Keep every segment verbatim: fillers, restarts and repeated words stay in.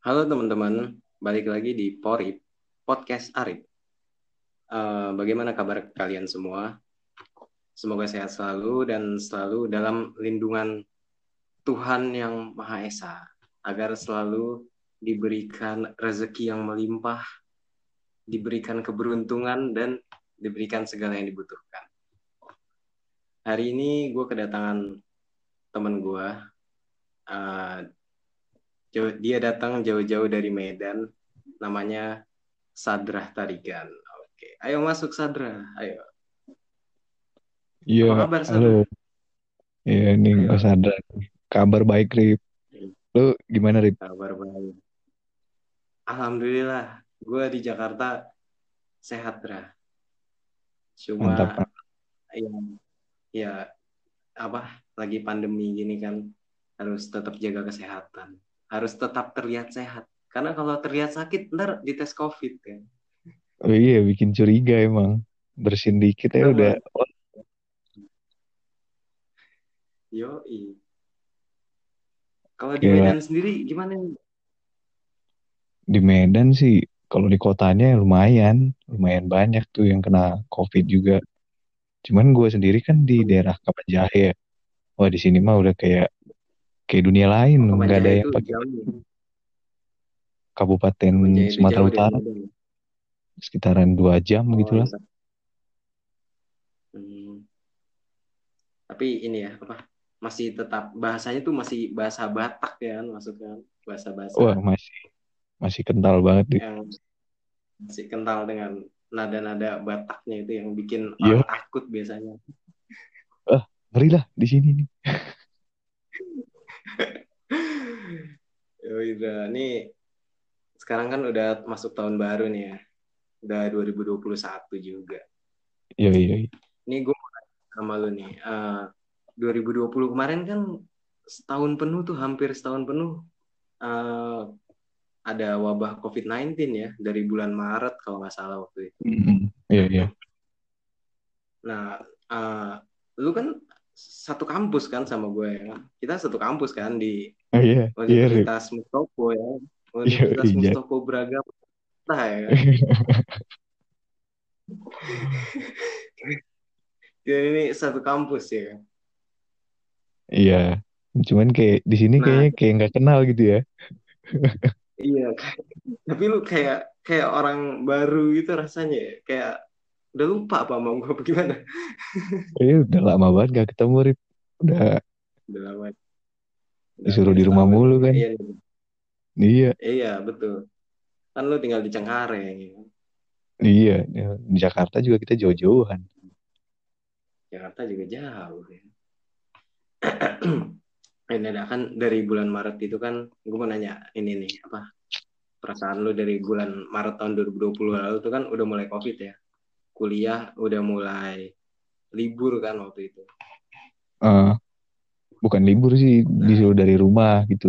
Halo teman-teman, balik lagi di Porip, Podcast Arif. Eh, bagaimana kabar kalian semua? Semoga sehat selalu dan selalu dalam lindungan Tuhan yang Maha Esa, agar selalu diberikan rezeki yang melimpah, diberikan keberuntungan, dan diberikan segala yang dibutuhkan. Hari ini gue kedatangan teman gue, uh, dia datang jauh-jauh dari Medan, namanya Sadrah Tarigan. Oke, ayo masuk Sadra. Ayo. Iya, Apa kabar halo. Sadra? Iya, ini Mas Ayo. Adra. Kabar baik, Rip. Lu gimana, Rip? Kabar baik. Alhamdulillah, gue di Jakarta sehat, Dra. Mantap, Cuma Pak. ya, ya apa lagi pandemi gini kan harus tetap jaga kesehatan. Harus tetap terlihat sehat. Karena kalau terlihat sakit, ntar dites COVID kan. Oh iya, bikin curiga emang. Bersin dikit ya udah. Heeh. Oh, Yoi. Kalau di kayak Medan sendiri gimana nih? di Medan sih, kalau di kotanya lumayan. Lumayan banyak tuh yang kena COVID juga. Cuman gue sendiri kan di daerah Kapanjahe ya. Wah, di sini mah udah kayak kayak dunia lain. Oh, Nggak ada Kapanjahe yang itu pakai jauh ya. Kabupaten Kapanjahe itu Sumatera jauh dari Utara. Medan. Sekitaran dua jam Oh, gitulah. yang hmm. Tapi ini ya apa masih tetap bahasanya tuh masih bahasa Batak ya kan masuknya Wah, bahasa-bahasa masih masih kental banget tuh. yang masih kental dengan nada-nada Bataknya itu yang bikin orang Iya, takut biasanya. ah, ngeri lah di sini nih. Ya udah nih sekarang kan udah masuk tahun baru nih ya, udah dua ribu dua puluh satu juga. Iya, iya, iya. Ini gue mau nanya sama lu nih, uh, dua ribu dua puluh kemarin kan setahun penuh tuh hampir setahun penuh, uh, ada wabah covid sembilan belas ya dari bulan Maret kalau nggak salah waktu itu. Mm, iya, iya. Nah, uh, lu kan satu kampus kan sama gue ya kan? Kita satu kampus kan di Oh iya, iya, Rip. Universitas Mustopo ya. Iya, Universitas iya. Mustopo Braga Putra ya kan. Ya, ini satu kampus ya kan. Iya. Cuman kayak di sini Nah, kayaknya kayak nggak kenal gitu ya. iya. Tapi lu kayak kayak orang baru gitu rasanya ya. Kayak udah lupa apa mau gue apa gimana. Kayaknya udah lama banget gak ketemu, Rip. Udah Udah lama, udah disuruh hampir di rumah setahun mulu ya. kan. Iya, nih. Iya, Iya betul. Kan lu tinggal di Cengkareng ya kan. iya. Di Jakarta juga kita jauh-jauhan. Jakarta juga jauh ya. Ini ada kan dari bulan Maret itu kan gue mau nanya ini nih apa perasaan lu dari bulan Maret tahun dua ribu dua puluh lalu itu kan udah mulai COVID ya, kuliah udah mulai libur kan waktu itu. Eh, bukan libur sih, Nah, disuruh dari rumah gitu.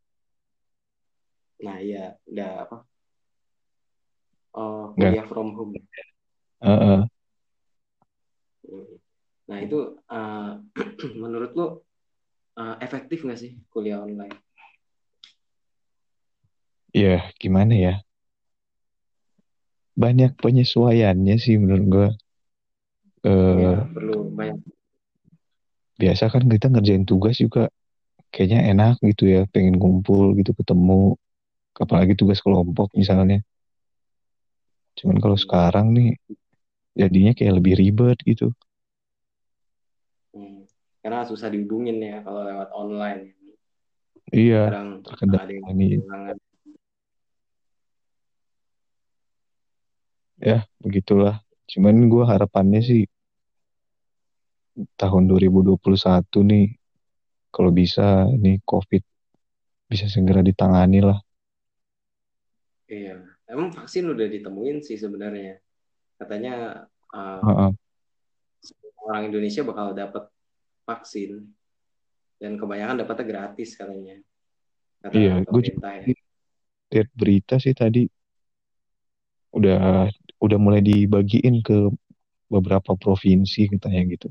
nah iya udah apa oh, Nggak. kuliah from home. Eh, eh. Nah itu uh, menurut lu uh, efektif nggak sih kuliah online? Ya, gimana ya? Banyak penyesuaiannya sih menurut gua. Ya Eh, perlu banyak. biasa kan kita ngerjain tugas juga kayaknya enak gitu ya, pengen kumpul gitu ketemu, apalagi tugas kelompok misalnya. Cuman kalau sekarang nih jadinya kayak lebih ribet gitu. Hmm. Karena susah dihubungin ya kalau lewat online. Iya, Kadang terkendala ada yang ini. kehilangan. Ya, begitulah. Cuman gue harapannya sih tahun dua ribu dua puluh satu nih, kalau bisa ini COVID bisa segera ditangani lah. Iya, emang vaksin udah ditemuin sih sebenarnya. Katanya uh, Heeh. orang Indonesia bakal dapat vaksin dan kebanyakan dapatnya gratis katanya, kata Iya, gue juga pemerintah ya. lihat berita sih tadi udah udah mulai dibagiin ke beberapa provinsi katanya gitu.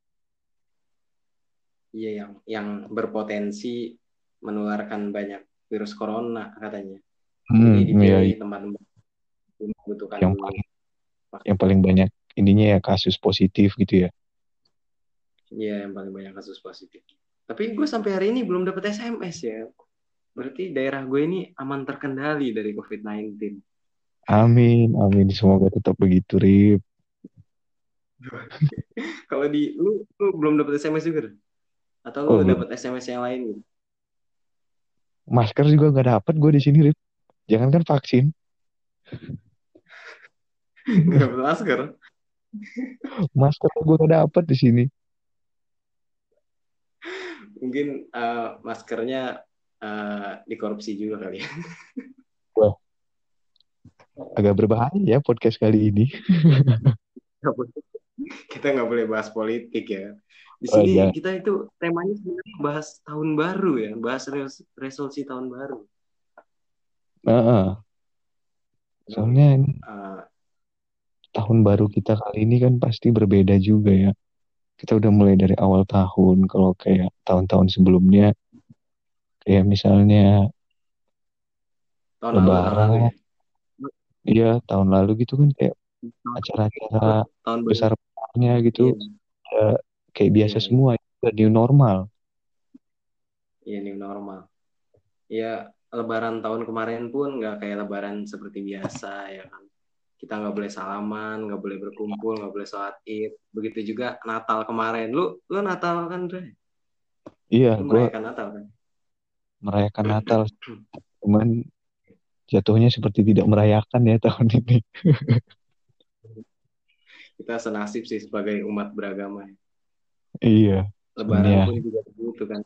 Iya, yang yang berpotensi menularkan banyak virus corona katanya. Jadi Hmm, iya, dipilih iya. tempat-tempat yang membutuhkan Yang dulu. paling yang paling banyak ininya ya kasus positif gitu ya. Iya, yang paling banyak kasus positif. Tapi gue sampai hari ini belum dapat S M S ya. Berarti daerah gue ini aman terkendali dari covid sembilan belas. Amin, amin. Semoga tetap begitu, Rip. Kalau di lu, lu belum dapat S M S juga? Atau lu Oh, belum. dapat S M S yang lain gitu? Masker juga nggak dapet gue di sini, Rip. Jangankan vaksin. Nggak dapat masker. Masker gue nggak dapet di sini. Mungkin eh, maskernya eh, dikorupsi juga kali ya. Wah, agak berbahaya ya podcast kali ini. Kita nggak boleh bahas politik ya. Di Oh, sini jangan. kita itu temanya sebenarnya bahas tahun baru ya, bahas res- resolusi tahun baru. Nah, Emang, soalnya ini eh, tahun baru kita kali ini kan pasti berbeda juga ya. Kita udah mulai dari awal tahun. Kalau kayak tahun-tahun sebelumnya, kayak misalnya tahun lalu, tahun lalu Lebaran, ya. iya tahun lalu gitu kan kayak Tahun, acara-acara tahun baru. besar-besarnya gitu, Iya, ya, kayak biasa iya, iya, semua, itu new normal. iya, new normal. Ya, Lebaran tahun kemarin pun nggak kayak Lebaran seperti biasa ya kan. Kita nggak boleh salaman, nggak boleh berkumpul, nggak boleh sholat id. Begitu juga Natal kemarin. Lu, lu Natal kan, Dre? Iya, Lu gue merayakan Natal kan? merayakan Natal, cuman jatuhnya seperti tidak merayakan ya tahun ini. Kita senasib sih sebagai umat beragama. Iya, cuman Lebaran ya, pun juga begitu kan.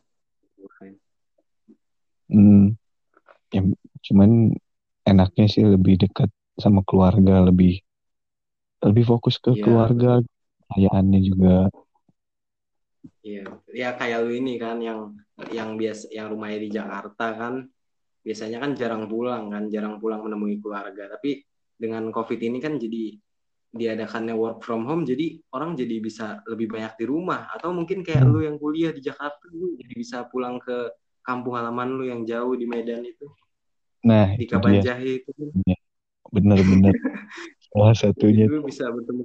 hmm, ya, cuman enaknya sih lebih dekat sama keluarga, lebih lebih fokus ke Iya, keluarga, betul. kekayaannya juga. Iya, ya kayak lu ini kan yang yang biasa yang rumahnya di Jakarta kan biasanya kan jarang pulang kan, jarang pulang menemui keluarga. Tapi dengan COVID ini kan jadi diadakannya work from home, jadi orang jadi bisa lebih banyak di rumah. Atau mungkin kayak Hmm. lu yang kuliah di Jakarta, lu jadi bisa pulang ke kampung halaman lu yang jauh di Medan itu, Nah, di itu dia. Kabanjahe itu kan. Bener-bener salah Jadi satunya. lu bisa bertemu.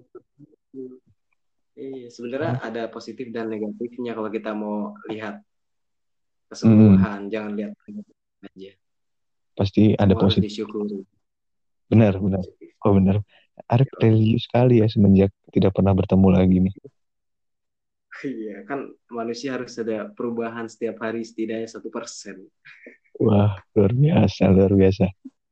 Iya, sebenarnya ada positif dan negatifnya kalau kita mau lihat Hmm, keseluruhan, jangan lihat negatif aja. pasti ada Semua harus positif. disyukuri. Benar, Ada benar. positif. Oh, benar. Arif religius sekali ya semenjak tidak pernah bertemu lagi nih. Iya, kan manusia harus ada perubahan setiap hari setidaknya satu persen. Wah, luar biasa, luar biasa.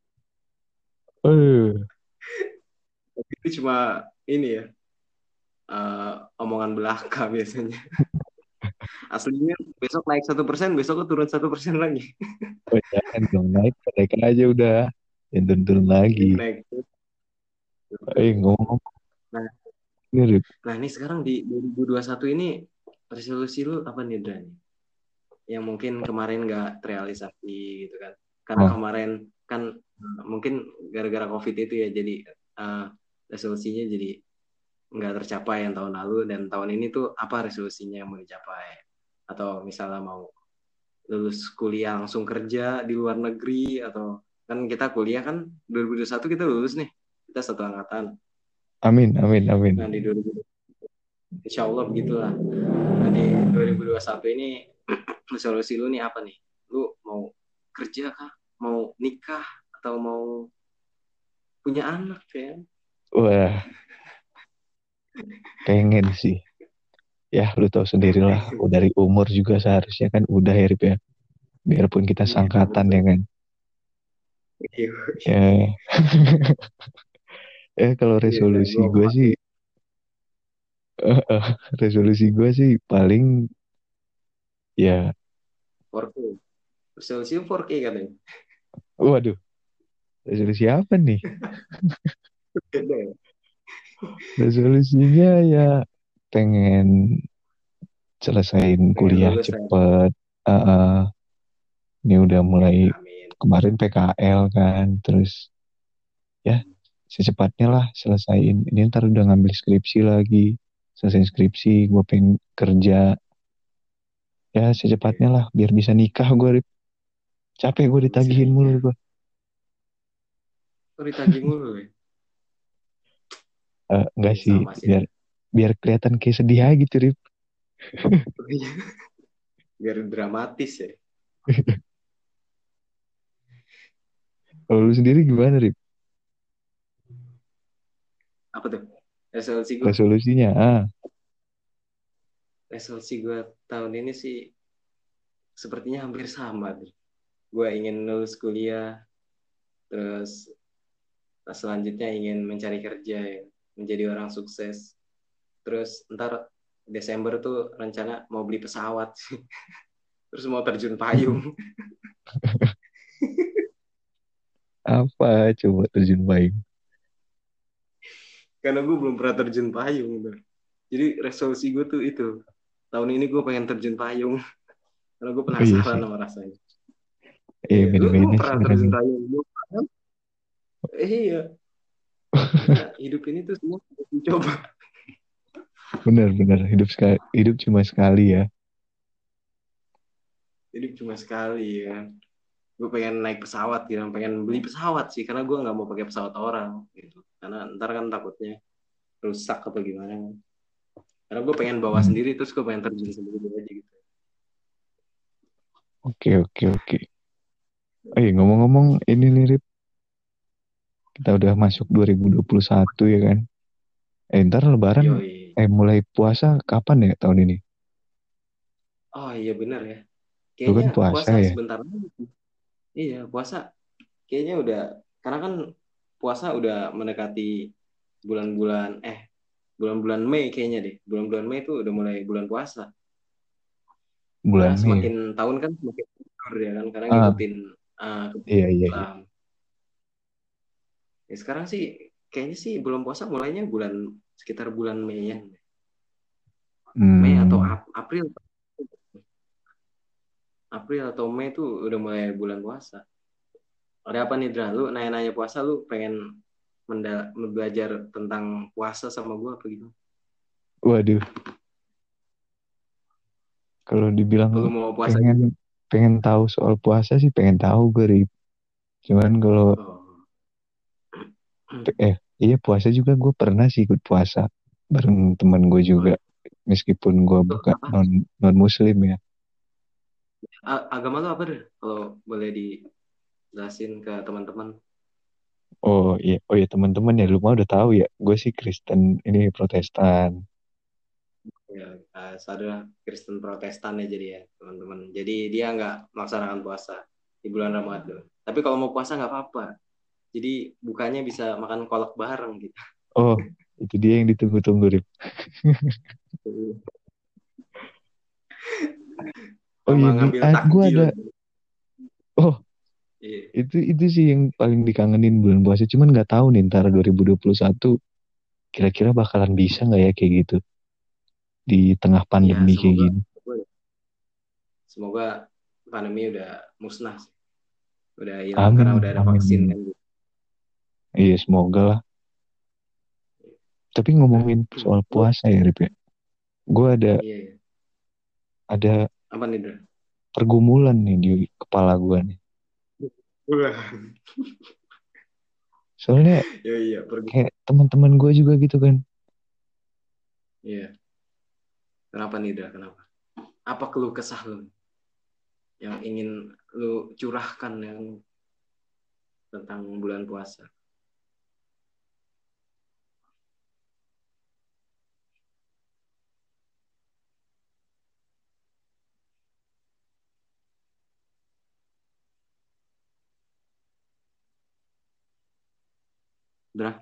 Eh, Itu cuma ini ya, eh, omongan belaka biasanya. Aslinya besok naik satu persen, besok turun satu persen lagi. oh, jangan dong naik, naik aja udah. Jangan turun-turun Ini lagi. naik Eh, turun. ngomong Nah, mirip. nah ini sekarang di dua ribu dua puluh satu ini resolusi lu apa nih, Dan? Yang mungkin kemarin nggak terrealisasi gitu kan? Karena Oh, kemarin kan eh, mungkin gara-gara COVID itu ya, jadi eh, resolusinya jadi nggak tercapai yang tahun lalu, dan tahun ini tuh apa resolusinya yang mau dicapai? Atau misalnya mau lulus kuliah langsung kerja di luar negeri, atau kan kita kuliah kan dua ribu dua puluh satu kita lulus nih, kita satu angkatan. amin, amin, amin. Nah di dua ribu Insya Allah begitulah. Nah di dua ribu dua puluh satu ini resolusi lu nih apa nih? Lu mau kerja kah? Mau nikah? Atau mau punya anak ya? Wah, pengen sih. Ya, lu tahu sendirilah. Oh, dari umur juga seharusnya kan udah ya, Rip ya. Biarpun kita Iya sangkatan ya betul. kan. Iya, Ya, eh kalau iya, nah, resolusi gue gue empat. sih, resolusi gue sih paling ya, empat K. Resolusi empat K katanya. waduh, resolusi apa nih? Beda ya? Resolusinya ya pengen selesaiin Pengen kuliah lulus ya. cepet. Ah, ah. Ini udah mulai Oke, amin. kemarin P K L kan, terus ya secepatnya lah selesaiin. Ini ntar udah ngambil skripsi lagi, selesai skripsi, gue pengen kerja. Ya secepatnya Oke. lah, biar bisa nikah gue, Rip. Capek gue Masih ditagihin mulu aja. gue. Kok ditagih mulu ya? Eh, enggak Iya sih, sama sih. biar biar kelihatan kayak sedih aja gitu, Rip. Biar dramatis ya. Kalau lu sendiri gimana, Rip? Apa tuh? Resolusi gue. Resolusinya, ah, Resolusi gue tahun ini sih sepertinya hampir sama tuh. Gue ingin lulus kuliah, terus selanjutnya ingin mencari kerja ya, menjadi orang sukses. Terus ntar Desember tuh rencana mau beli pesawat, terus mau terjun payung. apa coba terjun payung? Karena gue belum pernah terjun payung. Tuh. Jadi resolusi gue tuh itu. Tahun ini gue pengen terjun payung. Karena gue Oh iya penasaran sih, sama rasanya. iya Iya, lu, lu beda-beda sih pernah terjun orangnya. payung? Lu pernah? Eh, iya, karena hidup ini tuh semua harus dicoba. Bener-bener hidup sekali, hidup cuma sekali ya. Hidup cuma sekali ya. Gue pengen naik pesawat gitu, pengen beli pesawat sih, karena gue nggak mau pakai pesawat orang gitu. Karena ntar kan takutnya rusak atau gimana. Karena gue pengen bawa Hmm. sendiri, terus gue pengen terjun sendiri aja gitu. Oke, oke, oke. Oh iya, ngomong-ngomong ini nih, Rip, kita udah masuk dua ribu dua puluh satu ya kan? Eh, ntar lebaran, Yoi. eh mulai puasa kapan ya tahun ini? Oh iya bener ya. Lu Kayaknya kan puasa puasa ya? sebentar lagi. Iya, puasa kayaknya udah, karena kan puasa udah mendekati bulan-bulan eh bulan-bulan Mei kayaknya deh. Bulan-bulan Mei itu udah mulai bulan puasa. Karena Bulan Mei ya? semakin tahun kan semakin mundur ya kan, karena Ah, ngikutin uh, iya, iya, iya. Islam. Ya, sekarang sih kayaknya sih bulan puasa mulainya bulan sekitar bulan Mei ya. Mei atau Hmm, Ap- April. April atau Mei itu udah mulai bulan puasa. Ada apa nih Dra? Lu nanya-nanya puasa, lu pengen menda- belajar tentang puasa sama gue apa gitu? waduh, kalau dibilang Lu mau puasa pengen juga? pengen tahu soal puasa sih pengen tahu gue, Rip. Cuman kalau Oh. eh iya puasa juga gue pernah sih ikut puasa bareng teman gue Oh, juga iya. meskipun gue Lu bukan apa? non non muslim ya. A- agama lu apa deh? Kalau boleh dijelasin ke teman-teman. Oh iya, oh iya teman-teman ya lu mau udah tahu ya gue sih Kristen ini Protestan. Ya, uh, saudara Kristen Protestan ya jadi ya teman-teman. Jadi dia nggak melaksanakan puasa di bulan Ramadan. Tapi kalau mau puasa nggak apa-apa. Jadi bukanya bisa makan kolak bareng gitu. Oh itu dia yang ditunggu-tunggu, Rip. Oh Sama iya nih ngambil gue takjil. ada, oh Iya. itu itu sih yang paling dikangenin bulan puasa cuman nggak tahu nih ntar dua ribu dua puluh satu kira-kira bakalan bisa nggak ya kayak gitu di tengah Ya, pandemi kayak semoga gini. semoga pandemi udah musnah sih. Udah hilang karena Amin, udah ada amin, vaksin amin. kan gitu. Iya semoga lah. Tapi ngomongin soal Lu, puasa ya, Rip ya. Gue ada iya, iya. ada Apa nih, Dra? pergumulan nih di kepala gue nih. Wah. Soalnya Iya, iya, pergi. kayak teman-teman gue juga gitu kan. Iya. Kenapa nih, Dra? Kenapa? Apa keluh kesah lu yang ingin lu curahkan yang tentang bulan puasa? Dra?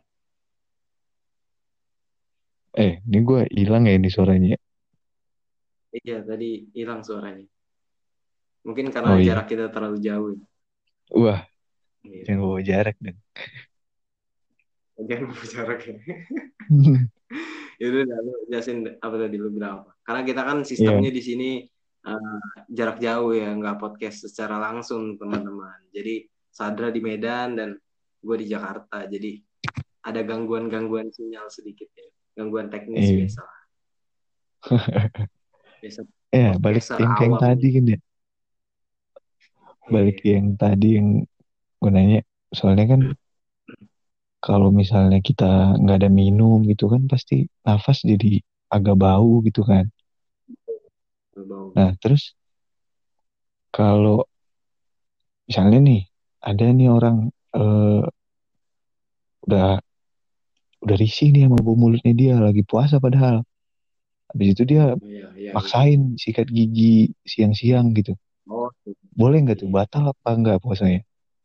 Eh, ini gue hilang ya ini suaranya. Iya, tadi hilang suaranya. Mungkin karena Oh iya. jarak kita terlalu jauh. Wah, Iya. jangan bawa jarak dong. Jangan jarak ya. Ya udah, lu jelasin apa tadi lu bilang apa? Karena kita kan Iya, sistemnya di sini eh, jarak jauh ya, nggak podcast secara langsung teman-teman. Jadi Sadra di Medan dan gue di Jakarta. Jadi ada gangguan-gangguan sinyal sedikit ya, gangguan teknis iya. biasa, biasa Eh, balik podcaster yang kayak yang awam. tadi kan ya. balik Iya. ke yang tadi yang gue nanya, soalnya kan kalau misalnya kita nggak ada minum gitu kan pasti nafas jadi agak bau gitu kan. Berbau. Nah terus kalau misalnya nih ada nih orang eh, udah udah risih nih sama bau mulutnya, dia lagi puasa padahal habis itu dia Iya, iya, iya. maksain sikat gigi siang-siang gitu, Oh, boleh nggak tuh, iya. batal apa enggak puasanya?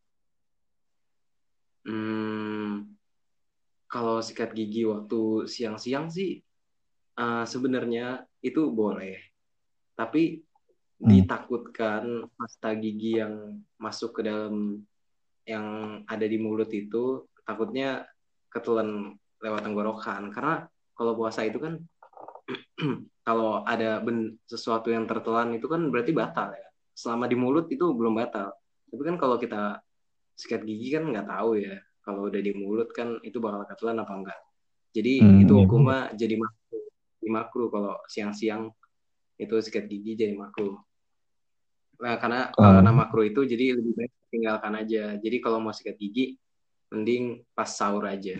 Hmm, kalau sikat gigi waktu siang-siang sih eh, sebenarnya itu boleh, tapi Hmm. ditakutkan pasta gigi yang masuk ke dalam yang ada di mulut itu takutnya ketelan lewat tenggorokan. Karena kalau puasa itu kan kalau ada ben, sesuatu yang tertelan itu kan berarti batal ya. Selama di mulut itu belum batal. Tapi kan kalau kita sikat gigi kan nggak tahu ya. Kalau udah di mulut kan itu bakal ketelan apa enggak. Jadi Hmm, itu iya juga. hukumnya jadi makruh. Jadi makruh kalau siang-siang itu sikat gigi jadi makruh. Nah, karena karena Oh, makruh itu jadi lebih baik tinggalkan aja. Jadi kalau mau sikat gigi mending pas sahur aja.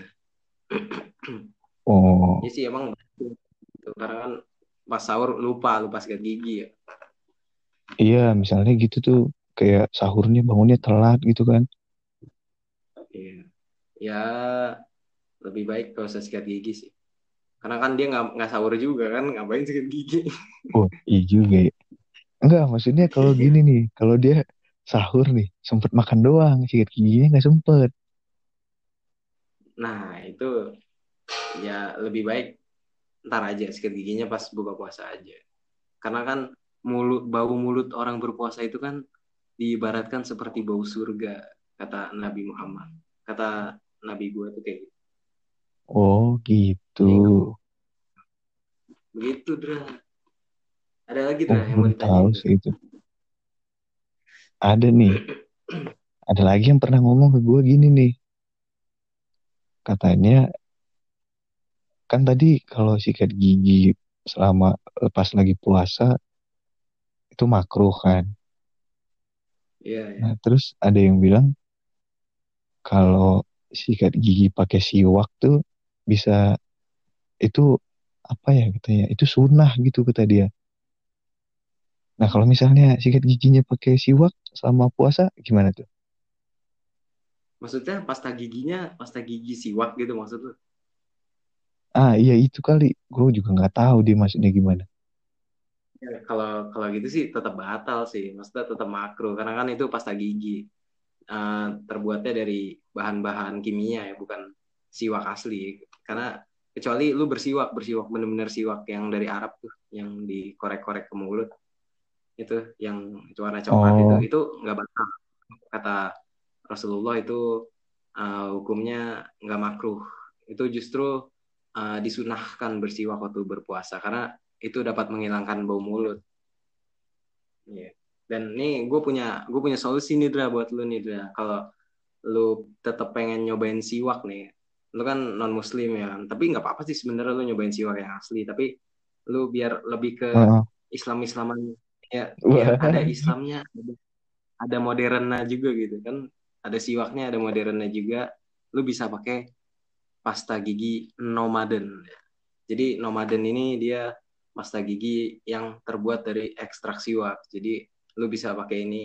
Ya oh, sih emang gitu. Karena kan pas sahur lupa lupa sikat gigi ya. iya misalnya gitu tuh, kayak sahurnya bangunnya telat gitu kan. Iya. Ya lebih baik kalau usah sikat gigi sih. Karena kan dia nggak nggak sahur juga kan, ngapain sikat gigi? Oh iya juga ya. Enggak, maksudnya kalau gini nih, kalau dia sahur nih sempet makan doang, sikat giginya nggak sempet. Nah itu ya lebih baik ntar aja sikat giginya pas buka puasa aja. Karena kan mulut bau mulut orang berpuasa itu kan diibaratkan seperti bau surga kata Nabi Muhammad. Kata Nabi gue tuh kayak gitu. Oh gitu. Jadi nggak begitu, Dra. Ada lagi, Oh Dra, yang mau baru tahu ditanyain, Dra. sih itu. Ada nih, ada lagi yang pernah ngomong ke gue gini nih. Katanya kan tadi kalau sikat gigi selama lepas lagi puasa itu makruh kan. Iya, ya. Nah terus ada yang bilang kalau sikat gigi pakai siwak tuh bisa, itu apa ya katanya, itu sunnah gitu kata dia. Nah kalau misalnya sikat giginya pakai siwak selama puasa gimana tuh? Maksudnya pasta giginya, pasta gigi siwak gitu maksud lu? Ah iya itu kali, gue juga nggak tahu dia maksudnya gimana. Ya, kalau kalau gitu sih tetap batal sih. Maksudnya tetap makruh karena kan itu pasta gigi. Eh, terbuatnya dari bahan-bahan kimia ya, bukan siwak asli. Karena kecuali lu bersiwak, bersiwak bener-bener siwak yang dari Arab tuh, yang dikorek-korek ke mulut itu, yang warna coklat itu, Oh, itu nggak batal. Kata Rasulullah itu eh, hukumnya nggak makruh. Itu justru eh, disunahkan bersiwak waktu berpuasa karena itu dapat menghilangkan bau mulut. Iya. Dan nih gue punya gue punya solusi nih Dra buat lu nih Dra. Kalau lu tetap pengen nyobain siwak nih, lu kan non muslim ya, tapi nggak apa-apa sih sebenarnya lu nyobain siwak yang asli, tapi lu biar lebih ke heeh. Islam-Islaman ya, biar Wah, ada Islamnya, ada, ada modernnya juga gitu kan, ada siwaknya ada modernnya juga, lu bisa pakai pasta gigi nomaden. Jadi nomaden ini dia pasta gigi yang terbuat dari ekstrak siwak, jadi lu bisa pakai ini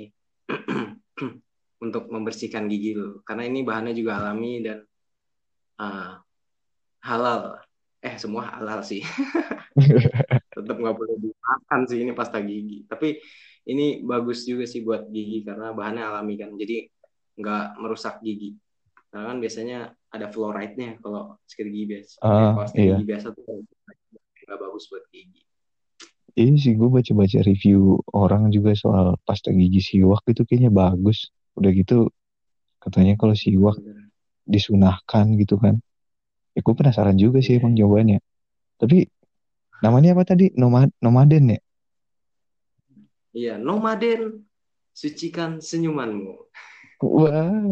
untuk membersihkan gigi lu karena ini bahannya juga alami dan uh, halal. Eh semua halal sih. Tetap nggak boleh dimakan sih ini pasta gigi. Tapi ini bagus juga sih buat gigi karena bahannya alami kan. Jadi nggak merusak gigi. Karena kan biasanya ada fluoride-nya kalau sikat gigi biasa. Eh ah kalau sikat gigi iya. biasa tuh nggak bagus buat gigi. Ini sih gue baca-baca review orang juga soal pasta gigi siwak itu kayaknya bagus. Udah gitu katanya kalau siwak Bener. disunahkan gitu kan. Ya gue penasaran juga sih Iya, emang iya. jawabannya. Tapi namanya apa tadi? Nomad nomaden ya? Iya, nomaden, sucikan senyumanmu. Wah,